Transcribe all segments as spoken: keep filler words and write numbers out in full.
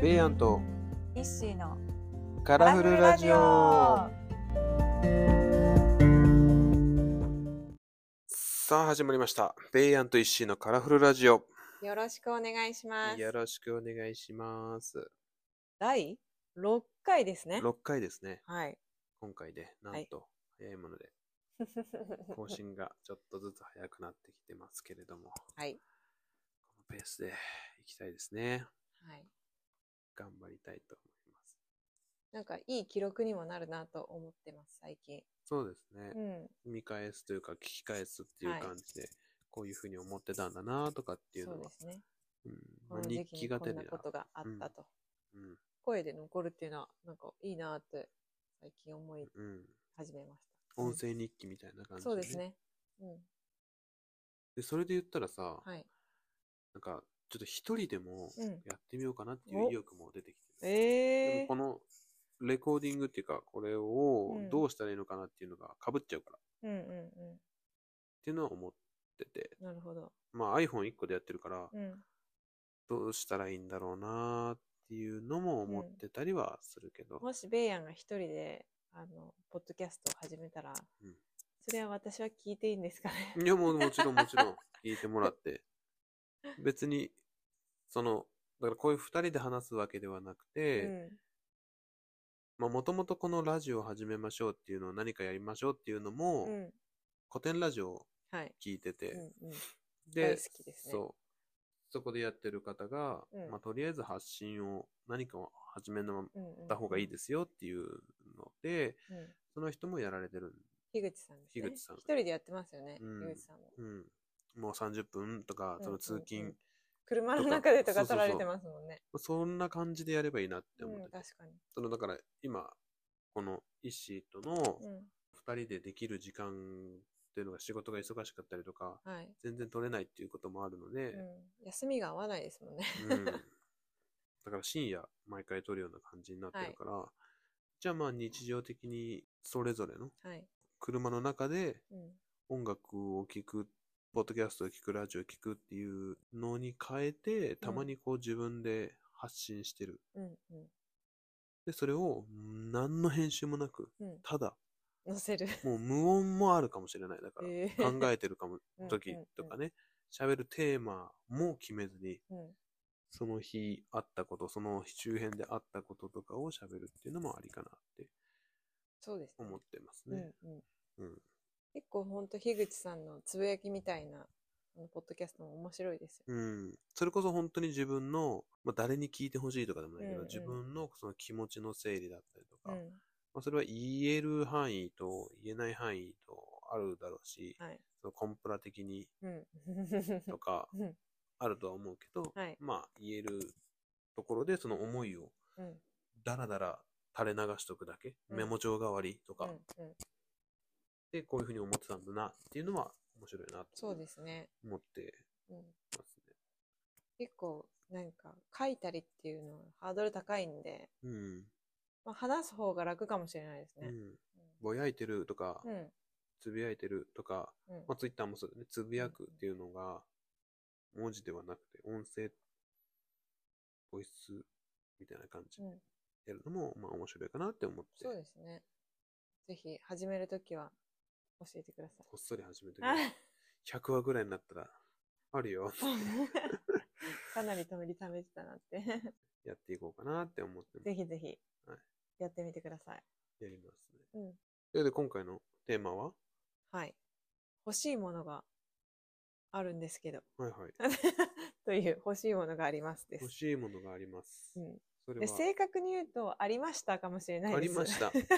ベイアンとイッシーのカラフルラジオ。さあ始まりました。ベイアンとイッシーのカラフルラジオ。 よろしくお願いします。 よろしくお願いします。 だいろっかいですね。 ろっかいですね。 はい。 今回でなんと早いもので更新がちょっとずつ早くなってきてますけれども、 はい。 このペースでいきたいですね。 はい。 頑張りたいと思います。 なんかいい記録にもなるなと思ってます、最近。 そうですね。 うん。 見返すというか聞き返すっていう感じで、はい、こういうふうに思ってたんだなとかっていうのは。 そうですね。 うん、 この時期にこんなことがあったと。 うんうん、 声で残るっていうのはなんかいいなって最近思い始めました。 うん、音声日記みたいな感じで、ね、 そうですね。うん。 でそれで言ったらさ、 はい、 なんかちょっと一人でもやってみようかなっていう意欲も出てきてる、 うん、えー、 でもこのレコーディングっていうかこれをどうしたらいいのかなっていうのがかぶっちゃうから、 うんうんうん、 っていうのは思ってて、 なるほど。 まあ アイフォンいっこでやってるから、 うん、 どうしたらいいんだろうなっていうのも思ってたりはするけど、 うん、もしベイヤンが一人であのポッドキャストを始めたら、うん、それは私は聞いていいんですかね。 いやもうもちろんもちろん聞いてもらって別にそのだからこういうふたりで話すわけではなくて、うん、まあもともとこのラジオを始めましょうっていうのを何かやりましょうっていうのも、うん、古典ラジオを聞いてて、はい、うんうん、で大好きですね。 そうそこでやってる方が、うん、まあ、とりあえず発信を何かを始めた方がいいですよっていうので、うんうんうん、その人もやられてる。 樋口さんですね。 樋口さん。 一人でやってますよね、うん、樋口さんも。 うん、もうさんじゅっぷんとか、その通勤、うんうんうん、 車の中でとか撮られてますもんね。 そうそうそう、そんな感じでやればいいなって思ってて、 うん、確かに。 そのだから今このイッシーとのふたりでできる時間っていうのが仕事が忙しかったりとか、はい、全然取れないっていうこともあるので、 うん、休みが合わないですもんね、 うん、だから深夜毎回撮るような感じになってるから、はい、じゃあまあ日常的にそれぞれの車の中で音楽を聴く、ポッドキャストを聴く、ラジオを聴くっていうのに変えて、たまにこう自分で発信してる、うんうん、でそれを何の編集もなく、うん、ただ載せる。 もう無音もあるかもしれない。だから、えー、考えてるかも時とかね、喋るテーマも決めずに、うん、その日あったこと、その周辺であったこととかを喋るっていうのもありかなって思ってますね。 うんうんうん、結構ほんと樋口さんのつぶやきみたいなポッドキャストも面白いですよ。 うん、それこそ本当に自分の、まあ、誰に聞いてほしいとかでもないけど、うんうん、自分のその気持ちの整理だったりとか、うん、まあ、それは言える範囲と言えない範囲とあるだろうし、はい、そのコンプラ的にとかあるとは思うけど、はい、まあ言えるところでその思いをだらだら垂れ流しとくだけ、うん、メモ帳代わりとか、うんうん、でこういうふうに思ってたんだなっていうのは面白いなとそうですね思ってますね。 結構なんか書いたりっていうのはハードル高いんで、 うんまあ、話す方が楽かもしれないですね。うん、 ぼやいてるとか、うん、つぶやいてるとか、うんまあ、ツイッターもそうだね、つぶやくっていうのが文字ではなくて音声ボイスみたいな感じでやるのもまあ面白いかなって思って、 そうですね。ぜひ始めるときは教えてください。 こっそり始めるときはひゃくわぐらいになったらあるよかなり止めりためてたなってやっていこうかなって思ってます。 ぜひぜひやってみてください。 やりますね。うん、で今回のテーマは、 はい、欲しいものがあるんですけど、 はいはい、 という欲しいものがありますです。 欲しいものがあります。うん、 それはで正確に言うとありましたかもしれないです。 ありました。 欲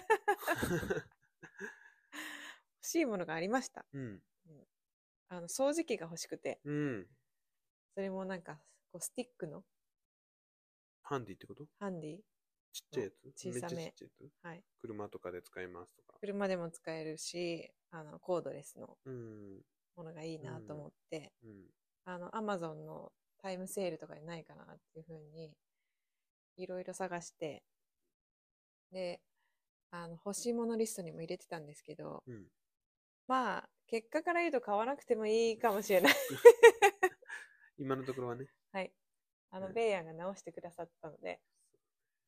しいものがありました。うん、あの掃除機が欲しくて、うん、それもなんかこうスティックのハンディってこと？ ハンディちっちゃいやつ？ 小さめ。 めっちゃちっちゃいやつ？はい。車とかで使いますとか。 車でも使えるし、あのコードレスのものがいいなと思って、うんうん、あの Amazon のタイムセールとかでないかなっていうふうにいろいろ探して、で、あの欲しいものリストにも入れてたんですけど、うん、まあ結果から言うと買わなくてもいいかもしれない今のところはね。 はい。あの、ベイヤンが直してくださったので、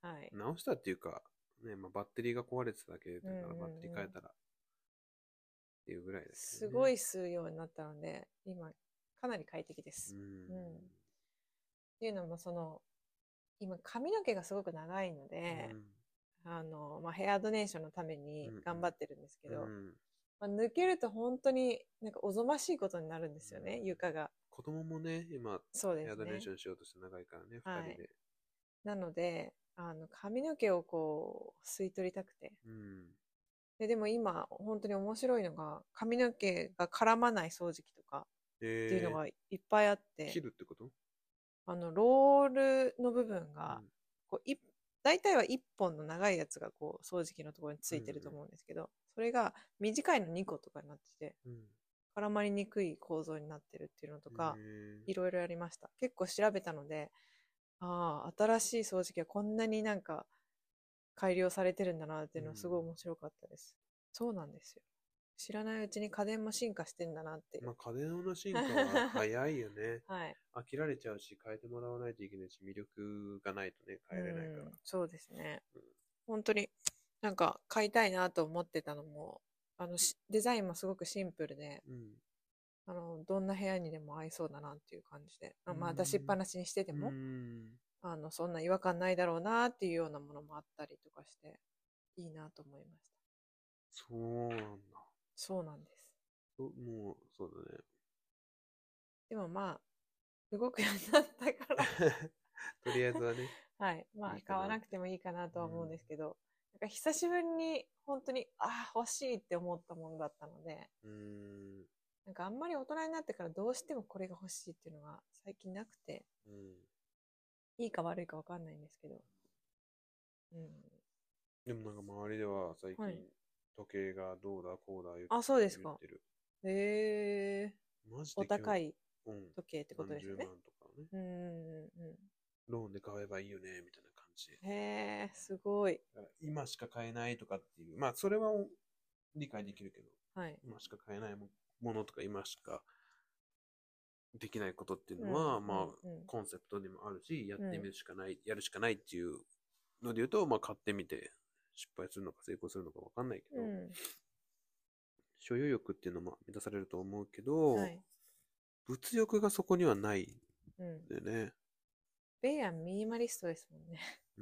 はい。 直したっていうか、ね、まあ、バッテリーが壊れてただけだから、バッテリー変えたらっていうぐらいだけどね。 すごい吸うようになったので、今、かなり快適です。 うん。 うん。っていうのも、その、今、髪の毛がすごく長いので、うん、あの、まあ、ヘアドネーションのために頑張ってるんですけど、うんうん、まあ、抜けると本当になんかおぞましいことになるんですよね、うん、床が。 子供もね、今、 そうですね、 ヘアドネーションしようとして長いからね、 はい、 ふたりで。 なので、あの髪の毛をこう吸い取りたくて、うん、ででも今本当に面白いのが髪の毛が絡まない掃除機とかっていうのがいっぱいあって、えー、 切るってこと？ あのロールの部分が、うん、こうい大体はいっぽんの長いやつがこう掃除機のところについてると思うんですけど、うんうん、それが短いのにことかになってて、うん、絡まりにくい構造になってるっていうのとかいろいろやりました。結構調べたので、ああ、新しい掃除機はこんなになんか改良されてるんだなっていうのはすごい面白かったです。うん、そうなんですよ。知らないうちに家電も進化してんだなっていう。 まあ家電の進化は早いよね。 はい。 飽きられちゃうし、変えてもらわないといけないし、魅力がないとね、変えれないから。うん、 そうですね。うん、本当になんか買いたいなと思ってたのも、あのデザインもすごくシンプルで、うん、あのどんな部屋にでも合いそうだなっていう感じで、まあ出しっぱなしにしてても、あのそんな違和感ないだろうなっていうようなものもあったりとかしていいなと思いました。 そうなんだ。 そうなんです。 もうそうだね。 でもまあ動くようになったからとりあえずはね。 はい。まあ買わなくてもいいかなとは思うんですけど、うん、なんか久しぶりに本当にああ欲しいって思ったものだったので、うん、なんかあんまり大人になってからどうしてもこれが欲しいっていうのが最近なくて、うん、いいか悪いか分かんないんですけど、 うん、でもなんか周りでは最近、はい、時計がどうだこうだ言ってる。 あ、そうですか。へえ。 マジでお高い時計ってことですよね。 何十万とかね。うんうんうん。ローンで買えばいいよねみたいな感じで。 へえ、すごい。 今しか買えないとかっていう、まあそれは理解できるけど、はい、今しか買えないものとか今しかできないことっていうのは、うん、まあ、うん、コンセプトでもあるし、やってみるしかない、うん、やるしかないっていうので言うと、まあ買ってみて失敗するのか成功するのか分かんないけど、うん、所有欲っていうのも満たされると思うけど、はい、物欲がそこにはないんでね。 ベイアンミニマリストですもんね。 うん。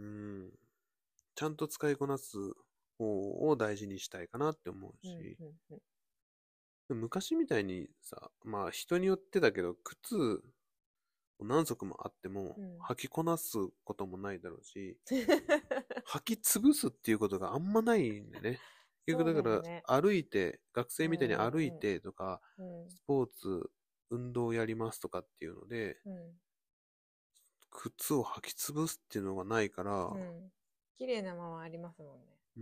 ちゃんと使いこなす方を大事にしたいかなって思うし、うんうんうん、昔みたいにさ、まあ人によってだけど、靴何足もあっても、履きこなすこともないだろうし、うん、履き潰すっていうことがあんまないんでね。結局だから歩いて、学生みたいに歩いてとか、うんうん、スポーツ、運動やりますとかっていうので、うん、靴を履き潰すっていうのがないから、うん、 綺麗なままありますもんね。うん。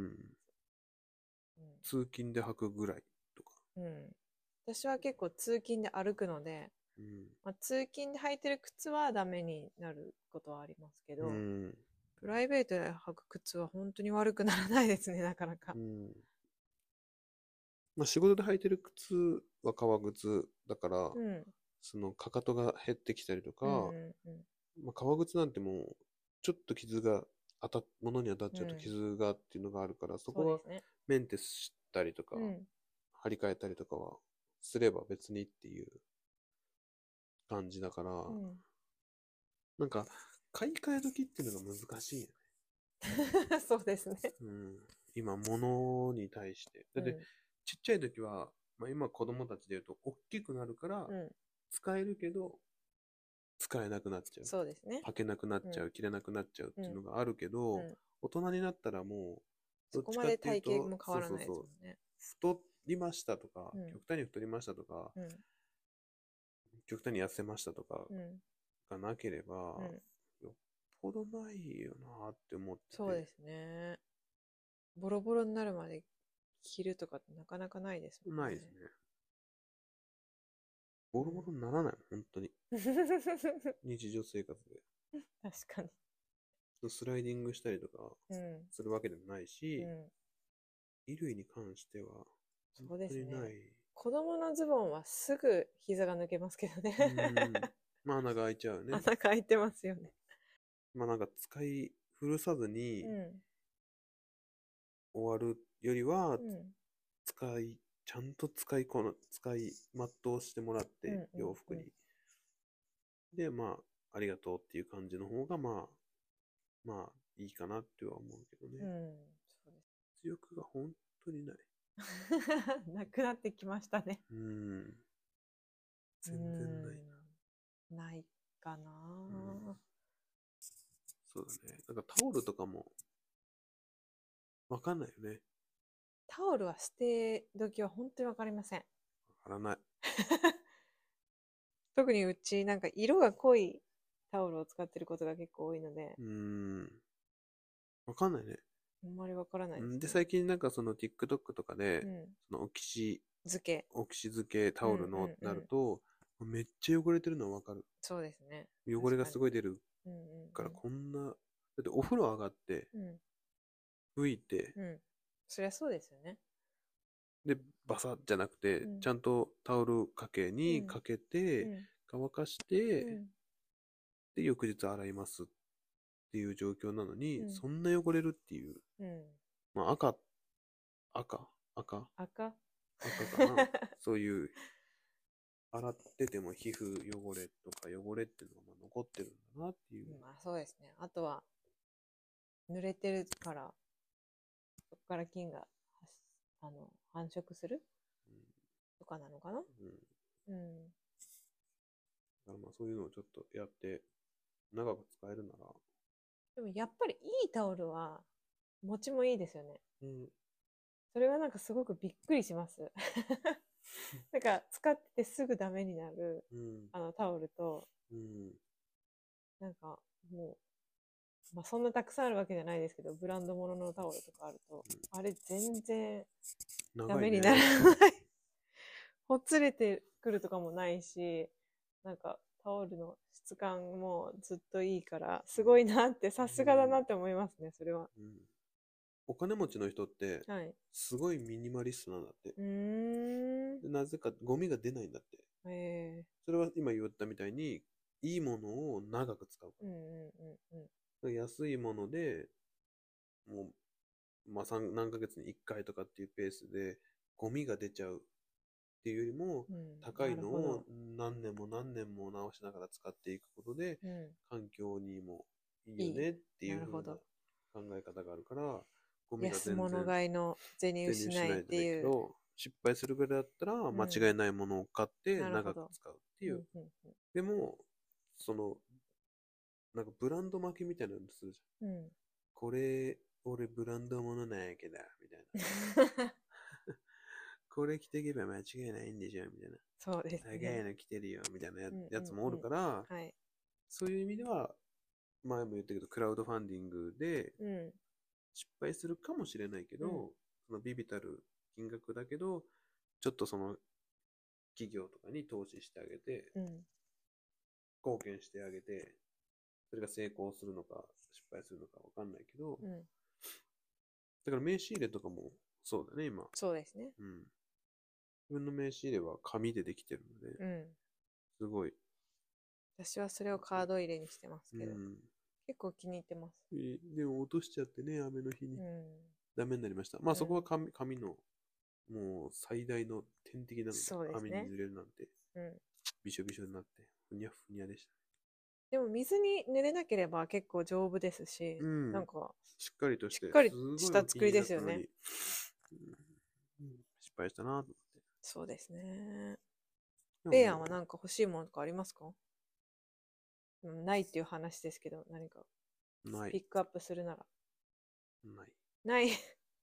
通勤で履くぐらいとか。 うん。私は結構通勤で歩くので、うんまあ、通勤で履いてる靴はダメになることはありますけど、うん、プライベートで履く靴は本当に悪くならないですね、なかなか。うんまあ、仕事で履いてる靴は革靴だから、うん、そのかかとが減ってきたりとか、うんうんうんまあ、革靴なんてもうちょっと傷が当たっ物に当たっちゃうと傷がっていうのがあるから、うん、そこはメンテしたりとか、ね、張り替えたりとかはすれば別にっていう感じだから、うん、なんか買い替え時っていうのが難しいよね。そうですね。 うん、今物に対して。だって、うんちっちゃい時は、まあ、今子供たちで言うと、大きくなるから、使えるけど、使えなくなっちゃう。 そうですね。 履けなくなっちゃう、うん、着れなくなっちゃうっていうのがあるけど、うん、大人になったらもう、 どっちかっていうと、そこまで体型も変わらないですもんね。 そうそうそう太りましたとか、うん、極端に太りましたとか、極端に痩せましたとかがなければ、よっぽどないよなって思ってて。 そうですね。ボロボロになるまで着るとかってなかなかないですもんね。 ないですね。ボロボロにならない、うん、本当に。日常生活で。 確かに。 スライディングしたりとかするわけでもないし、うん、衣類に関しては本当にない。そうですね。子供のズボンはすぐ膝が抜けますけどね。 うんまあ穴が開いちゃうね。 穴が開いてますよね。 まあなんか使い古さずに終わるよりは、使い、ちゃんと使いこの、使い全うしてもらって、洋服に。で、まあ、ありがとうっていう感じの方が、まあ、まあ、いいかなっては思うけどね。うん、そうです。物欲が本当にない。 なくなってきましたね。 うん。全然ないな。ないかな、うん、 そうだね。なんかタオルとかも、わかんないよね。 タオルは捨て時は本当にわかりません。わからない。 特にうち、なんか色が濃いタオルを使ってることが結構多いので。 うーん。わかんないね。 あんまりわからないです、ね。 で、最近なんかその TikTok とかで、うん、そのオキシ漬け。 オキシ漬けタオルのなると、うんうんうん、めっちゃ汚れてるのはわかる。 そうですね。 汚れがすごい出るから、こんな、だってお風呂上がって、拭いて、 うん、うん、そりゃそうですよね。 で、バサッじゃなくて、うん、ちゃんとタオルかけにかけて、うん、乾かして、うん、で、翌日洗いますっていう状況なのに、うん、そんな汚れるっていう。うん、まあ、赤、赤赤赤赤かなそういう、洗ってても皮膚汚れとか汚れっていうのが残ってるんだなっていう。 まあそうですね。あとは、濡れてるから、そこから菌があの繁殖する、うん、とかなのかな。うん。うん、 だからまあそういうのをちょっとやって長く使えるなら。 でもやっぱりいいタオルは持ちもいいですよね。うん。それはなんかすごくびっくりします。なんか使っててすぐダメになる、うん、あのタオルと、うん、なんかもう、まあそんなたくさんあるわけじゃないですけど、ブランド物のタオルとかあると、うん、あれ全然ダメにならない。ほつれてくるとかもないし、なんかタオルの質感もずっといいから、すごいなって、さすがだなって思いますね、それは。うん、 お金持ちの人って、すごいミニマリストなんだって。 はい、 でなぜかゴミが出ないんだって。へそれは今言ったみたいに、いいものを長く使うから。うんうんうんうん、安いもので、もう、まあ、何ヶ月にいっかいとかっていうペースで、ゴミが出ちゃうっていうよりも、うん、高いのを何年も何年も直しながら使っていくことで、うん、環境にもいいよねっていう風な考え方があるから、 ゴミが全然安物買いの銭失いっていう。 失敗するぐらいだったら、間違いないものを買って長く使うっていう。うん、でも、その、なんかブランド負けみたいなのするじゃん。うん、これ、俺ブランドものなんやけど、みたいな。これ着ていけば間違いないんでしょ、みたいな。 そうですね。 高いの着てるよ、みたいな や,、うんうんうん、やつもおるから、はい、そういう意味では、前も言ったけど、クラウドファンディングで失敗するかもしれないけど、うん、そのビビたる金額だけど、ちょっとその企業とかに投資してあげて、うん、貢献してあげて、それが成功するのか失敗するのかわかんないけど、うん、だから名刺入れとかもそうだね、今。 そうですね。 うん。自分の名刺入れは紙でできてるので、うん、すごい。 私はそれをカード入れにしてますけど、うん、結構気に入ってます。 でも落としちゃってね、雨の日に。うん、ダメになりました。まあそこは紙、紙のもう最大の天敵なので、 そうですね、 雨に濡れるなんて、うん、びしょびしょになって、ふにゃふにゃでした。 でも水に濡れなければ結構丈夫ですし、うん、なんかしっかりとして、 しっかりした作りですよね。 うん、失敗したなと思って。 そうですね。ペイアンは何か欲しいものとかありますか？ないっていう話ですけど、何かピックアップするなら。 ない。 ない。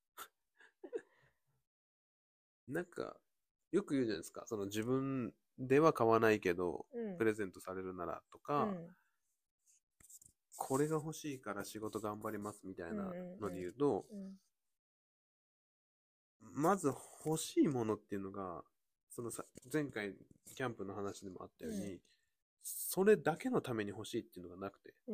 なんか、よく言うじゃないですか。その自分では買わないけど、うん、プレゼントされるならとか、うん、これが欲しいから仕事頑張りますみたいなので言うと、うんうんうん、まず欲しいものっていうのが、そのさ前回キャンプの話でもあったように、うん、それだけのために欲しいっていうのがなくて、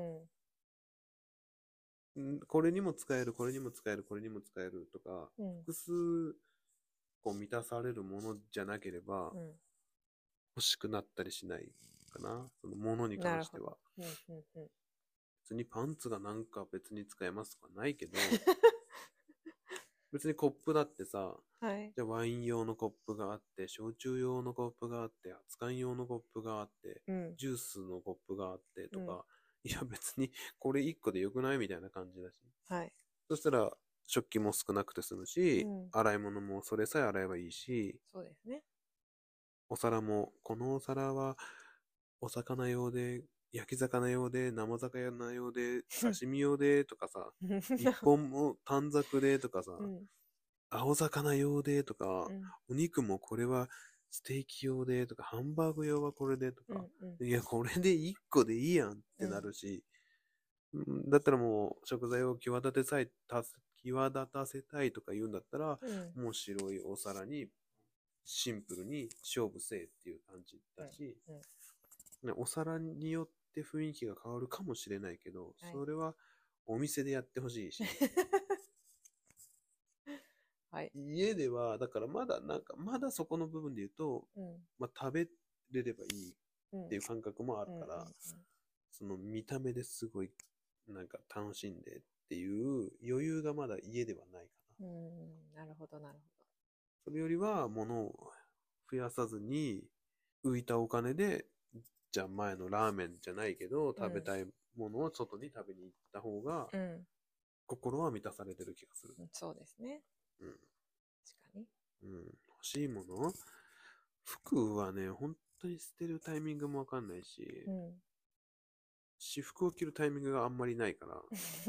うん、これにも使える、これにも使える、これにも使えるとか、うん、複数こう満たされるものじゃなければ、うん、欲しくなったりしないかな、そのものに関しては。うんうんうん、 別にパンツがなんか別に使えますとかないけど、別にコップだってさ、 はい、 じゃあワイン用のコップがあって、焼酎用のコップがあって、熱燗用のコップがあって、 うん、 ジュースのコップがあってとか、 うん、 いや別にこれいっこでよくないみたいな感じだし。 はい。 そしたら食器も少なくて済むし、 うん、 洗い物もそれさえ洗えばいいし、 そうですね。 お皿も、このお皿はお魚用で、焼き魚用で、生魚用で、刺身用でとかさ、一本も短冊でとかさ、 うん、 青魚用でとか、 うん、 お肉もこれはステーキ用でとか、ハンバーグ用はこれでとうん、 か、 うん、 いや、これでいっこでいいやんってなるし、うんだったらもう食材を際立てさえ、た際立たせたいとか言うんだったら、 うん、 もう白いお皿にシンプルに勝負せえっていう感じだし、 うん、 ねお皿によって雰囲気が変わるかもしれないけど、 はい。 それはお店でやってほしいし、 はい。 家では、だからまだなんか、まだそこの部分で言うと、 うん、 まあ、食べれればいいうん、 っていう感覚もあるうん、うん、 から、その見た目ですごいなんか楽しんでっていう余裕がまだ家ではないかな。 うん、なるほど、なるそれよりは物を増やさずに浮いたお金で、じゃあ前のラーメンじゃないけど、 ほど。 食べたいものを外に食べに行った方がうん、うん、 心は満たされてる気がする。 そうですね。 うん。 確かに。 うん。欲しいもの服はね、本当に捨てるタイミングもわかんないし、 うん。 私服を着るタイミングがあんまりないから、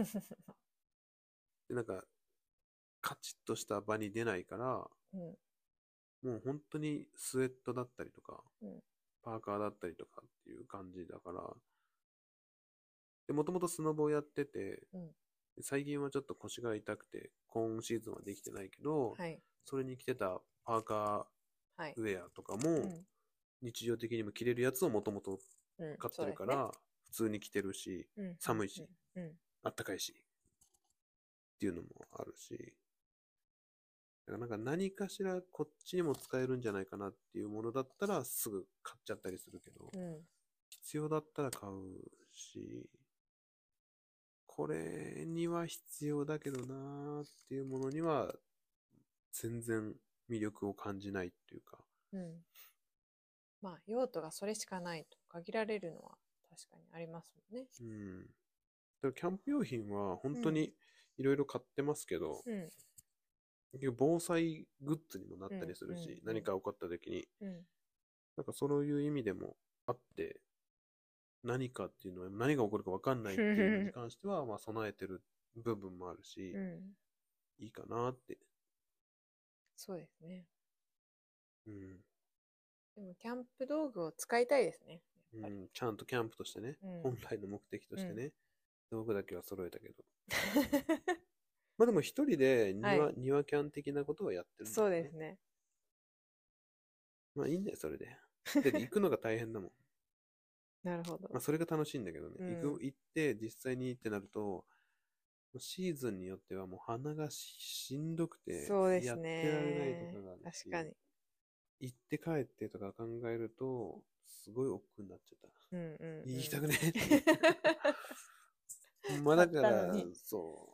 でなんか、カチッとした場に出ないから、 うん、 もう本当にスウェットだったりとか、 うん、 パーカーだったりとかっていう感じだから、で、もともとスノボをやってて、 うん。 最近はちょっと腰が痛くて、今シーズンはできてないけど、 はい、 それに着てたパーカはい。 ーウェアとかうも、 ん、 日常的にも着れるやつをもともとうん、 買ってそうですね。 るから、普通に着てるし、 うん、うん、 寒いし、 うん、 あったかいし、っていうのもあるし、だからなんか何かしらこっちにも使えるんじゃないかなっていうものだったらすぐ買っちゃったりするけど、 うん、 必要だったら買うし、これには必要だけどなーっていうものには全然魅力を感じないっていうか。 うん。まあ、用途がそれしかないと限られるのは確かにありますもんね。 うん。だからキャンプ用品は本うん、 当にいろいろ買ってますけど、 うん、 結局防災グッズにもなっうん、 たりするし、 うん、 何か起こった時に、 うん、 なんかそういう意味でもあって、何かっていうのは何が起こるか分かんないっうていうのにん。 関しては、まあ備えてる部分もあるし、 うん、 いいかなって。 そうですね。 うん。 でも、キャンプ道具を使いたいですね。やっぱり。 うん、ちゃんとキャンプとしてね、 うん、 本来の目的とうん。 してね、道具だけは揃えたけど。まあでも一人ではい。 庭、庭キャン的なことはやってるんだそうけどね。 ですね。 まあいいんだよ、それで。で、行くのが大変だもん。 なるほど。 まあそれが楽しいんだけどね。行く、 うん。 行って実際にってなると、シーズンによってはもう鼻がししんどくてそうですやってられないとかね。 があるし、 確かに。 行って帰ってとか考えると、すごい億劫になっちゃった。 うんうんうん。 行きたくねえって。まあ買だから、 ったのに。 そう。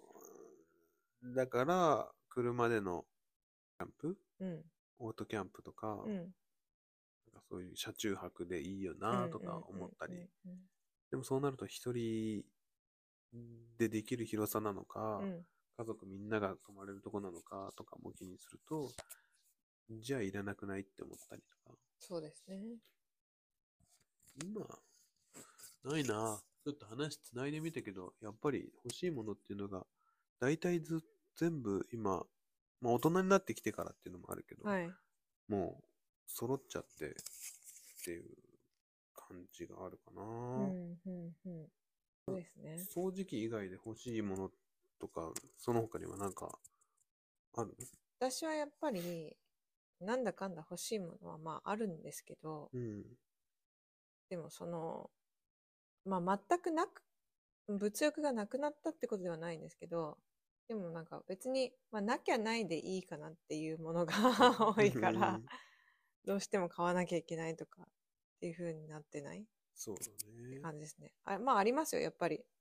だから、車でのキャンプうん。 オートキャンプとか、 うん。 なんかそういう車中泊でいいようんうんなとか思ったり。 うんうんでもそうなると一人でできる広さなのか、 うん。 家族みんなが泊まれるとこなのかとかも気にすると、じゃあいらなくないって思ったりとか。 そうですね。 今、ないな。ちょっと話つないでみたけど、やっぱり欲しいものっていうのが、大体ず全部今、まあ大人になってきてからっていうのもあるけど、 はい。 もう揃っちゃってっていう感じがあるかな。 うんうんうん。そうですね。 掃除機以外で欲しいものとか、その他には何かある私はやっぱり、なんだかんだ欲しいものはまああるんですけど、 うん。 でもその、まあ全くなく、物欲がなくなったってことではないんですけど、でもなんか別に、まあなきゃないでいいかなっていうものが多いから、どうしても買わなきゃいけないとかっていう風になってないっそうだてね。 感じですね。あ、まあありますよ、やっぱり。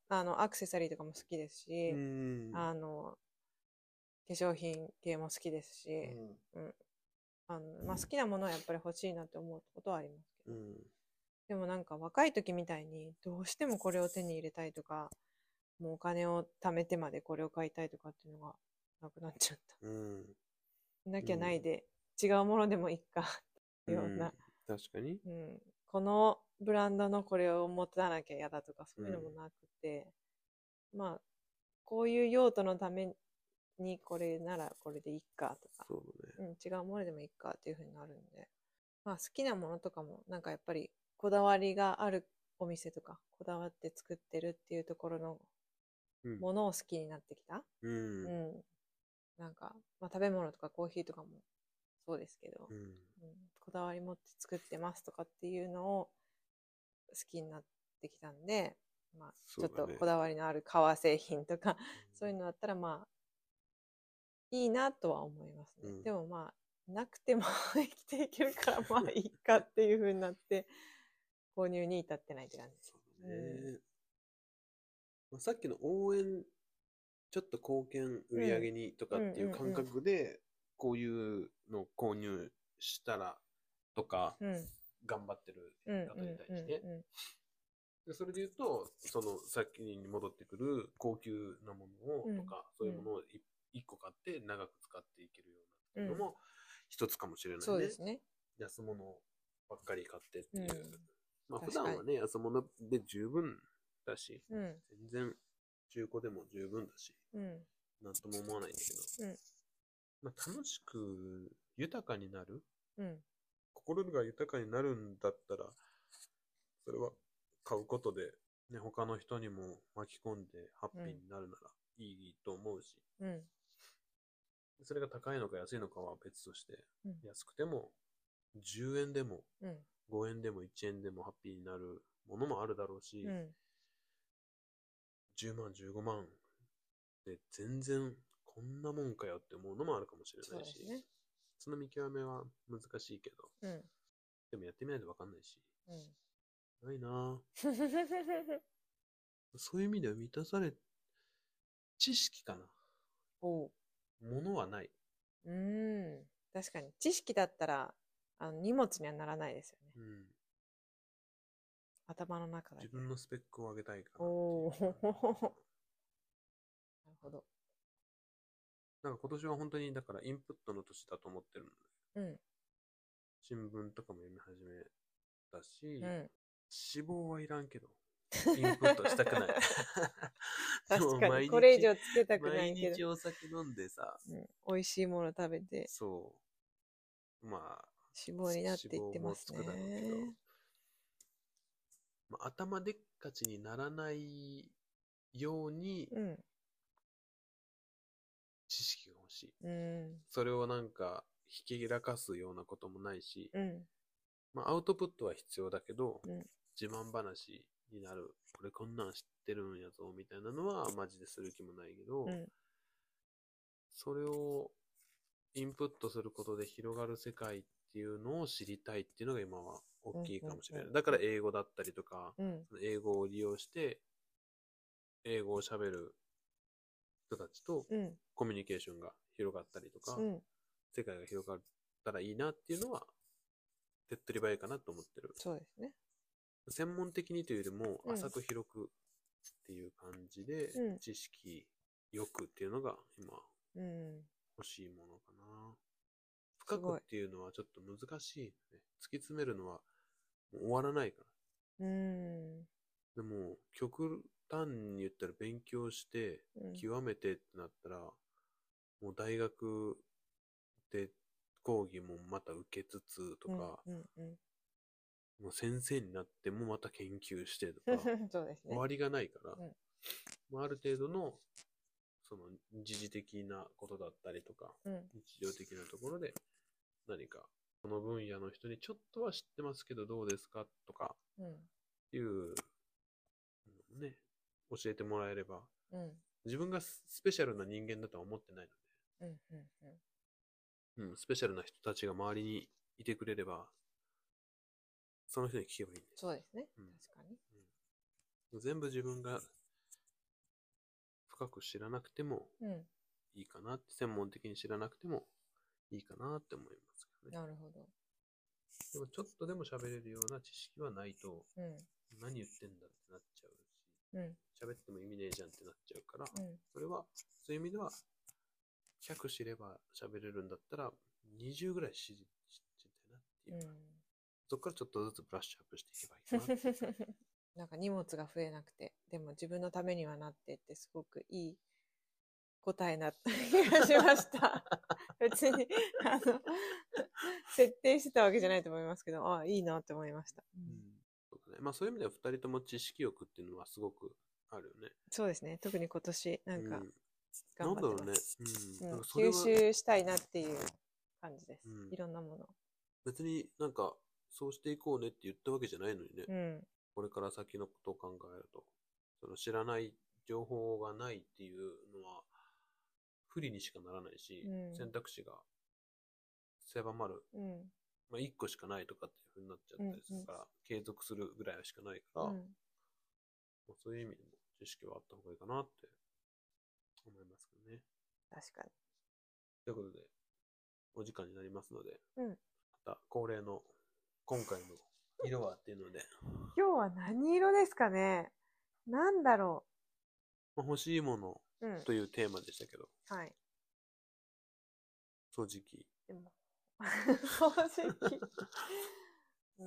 あの、アクセサリーとかも好きですし、あの、化粧品系も好きですし、うんうんあのまあ、好きなものはやっぱり欲しいなって思うことはありますけど、うん、でもなんか若い時みたいにどうしてもこれを手に入れたいとか、もうお金を貯めてまでこれを買いたいとかっていうのがなくなっちゃった。うん、なきゃないで、うん、違うものでもいいかっていうような、 うん、確かに、 うん、このブランドのこれを持たなきゃ嫌だとかそういうのもなくて、うん、まあこういう用途のためにこれならこれでいいかとか、 そうね、 うん、違うものでもいいかっていうふうになるんで、まあ、好きなものとかもなんかやっぱりこだわりがあるお店とかこだわって作ってるっていうところのものを好きになってきた、うんうん、なんか、まあ、食べ物とかコーヒーとかもそうですけど、うんうん、こだわり持って作ってますとかっていうのを好きになってきたんで、まあ、ちょっとこだわりのある革製品とかそういうのだったらまあいいなとは思いますね、うん、でもまあなくても生きていけるからまあいいかっていう風になって購入に至ってないって感じです。そうね、 うんまあ、さっきの応援ちょっと貢献売り上げにとかっていう感覚でこういうのを購入したらとか、うん、頑張ってる方に対して、でそれで言うとそのさっきに戻ってくる高級なものをとか、うん、そういうものをいっこ買って長く使っていけるようなっていうのも一つかもしれないね。そうですね。安物ばっかり買ってっていう、うん、まあ普段はね安物で十分だし、うん、全然中古でも十分だし、うん、なんとも思わないんだけど、うんまあ、楽しく豊かになる、うん、心が豊かになるんだったらそれは買うことで、ね、他の人にも巻き込んでハッピーになるならいいと思うし、うん、それが高いのか安いのかは別として、うん、安くてもじゅうえんでも、うん、ごえんでもいちえんでもハッピーになるものもあるだろうし、うん、じゅうまんじゅうごまんで全然こんなもんかよって思うのもあるかもしれないし、 そ,、ね、その見極めは難しいけど、うん、でもやってみないと分かんないし、うん、ないなそういう意味では満たされ知識かな。おものはない。 うーん確かに知識だったらあの荷物にはならないですよね、うん、頭の中だけ自分のスペックを上げたいかな。おおなるほど。なんか今年は本当にだからインプットの年だと思ってるので、うん、新聞とかも読み始めたし、うん、脂肪はいらんけどインプットしたくない確かにこれ以上つけたくないけど毎日お酒飲んでさ、 うん、美味しいもの食べてそうまあ脂肪になっていってますね。脂肪もつくだろうけど、 まあ、頭でっかちにならないように、うん知識が欲しい、うん、それをなんかひけらかすようなこともないし、うんまあ、アウトプットは必要だけど、うん、自慢話になるこれこんなん知ってるんやぞみたいなのはマジでする気もないけど、うん、それをインプットすることで広がる世界っていうのを知りたいっていうのが今は大きいかもしれない、うんうんうん、だから英語だったりとか、うん、その英語を利用して英語を喋る人たちとコミュニケーションが広がったりとか、うん、世界が広がったらいいなっていうのは手っ取り早いかなと思ってる。 そうですね。 専門的にというよりも浅く広くっていう感じで、うん、知識よくっていうのが今欲しいものかな。深くっていうのはちょっと難しい、ね。突き詰めるのはもう終わらないから。うん、でも極端に言ったら勉強して極めてってなったら、うん、もう大学で講義もまた受けつつとか、うんうんうん、もう先生になってもまた研究してとかそうです、ね、終わりがないから、うんまあ、ある程度のその時事的なことだったりとか、うん、日常的なところで何かその分野の人にちょっとは知ってますけどどうですかとかいうのね教えてもらえれば、うん、自分がスペシャルな人間だとは思ってないので、うんうんうんうん、スペシャルな人たちが周りにいてくれればその人に聞けばいいんで。 そうですね、うん、確かに、 うん、全部自分が深く知らなくてもいいかなって、うん、専門的に知らなくてもいいかなって思いますけどね。 なるほど。 でもちょっとでも喋れるような知識はないと、うん、何言ってんだってなっちゃうし、うん、喋っても意味ねえじゃんってなっちゃうから、うん、それはそういう意味ではひゃく知れば喋れるんだったらにじゅうぐらい知りたいなっていうか、うん、そこからちょっとずつブラッシュアップしていけばいいかなって。 なんか荷物が増えなくて、でも自分のためにはなってってすごくいい答えなった気がしました。別にあの設定してたわけじゃないと思いますけど、ああいいなって思いました。 うん、そうだね。まあそういう意味ではふたりとも知識欲っていうのはすごくあるよね。 そうですね。特に今年なんか頑張ってます。 なんだろうね。うん。うん、吸収したいなっていう感じです。うん、いろんなもの。 別になんかそうしていこうねって言ったわけじゃないのにね。うん、これから先のことを考えると、その知らない情報がないっていうのは不利にしかならないし、うん、選択肢が狭まる。うん、まあいっこしかないとかっていう風になっちゃったりするから、うんうん、継続するぐらいしかないから、うん、まあ、そういう意味でも知識はあった方がいいかなって思いますけどね。 確かに。 ということで、お時間になりますので、 うん、 また恒例の今回の色はっていうので。 今日は何色ですかね。なんだろう。まあ、欲しいものというテーマでしたけど。 うん、はい。 掃除機。でも掃除機。うん、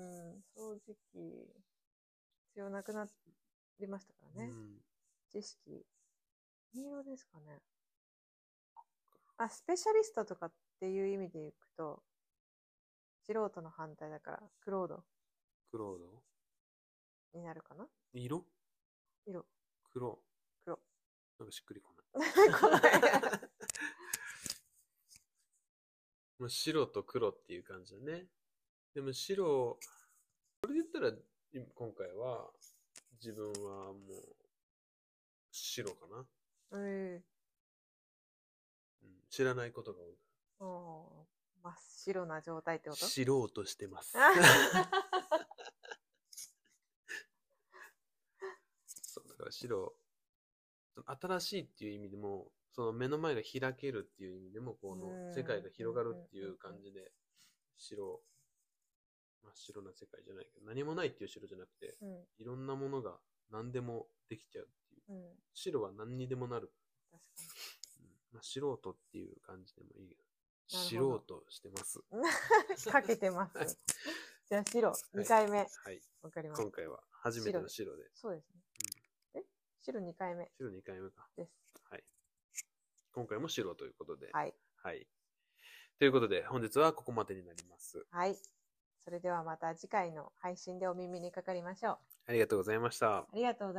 掃除機。必要なくなりましたからね。うん、知識。何色ですかね。あ、スペシャリストとかっていう意味でいくと、素人の反対だから、クロード。 クロードになるかな。 色色。 黒。 黒。 なんかしっくりこない。こない。まあ白と黒っていう感じだね。でも白、これで言ったら今回は自分はもう白かな。えーうん、知らないことが多い。 お真っ白な状態ってこと？ 知ろうとしてます。そうだから白、新しいっていう意味でも、その目の前が開けるっていう意味でも、この世界が広がるっていう感じで、白、真っ白な世界じゃないけど、何もないっていう白じゃなくて、うん、いろんなものが何でもできちゃうっていう。うん、白は何にでもなる。確かに。うんまあ、素人っていう感じでもいいけど、知ろうとしてます。 かけてます。じゃあ白、にかいめ。はい。 わかります。今回は初めての白で。 そうですね。うん、え白にかいめ。 白にかいめか。です。はい。今回も白ということで。 はい。 はい。ということで、本日はここまでになります。 はい。それではまた次回の配信でお耳にかかりましょう。 ありがとうございました。 ありがとうございました。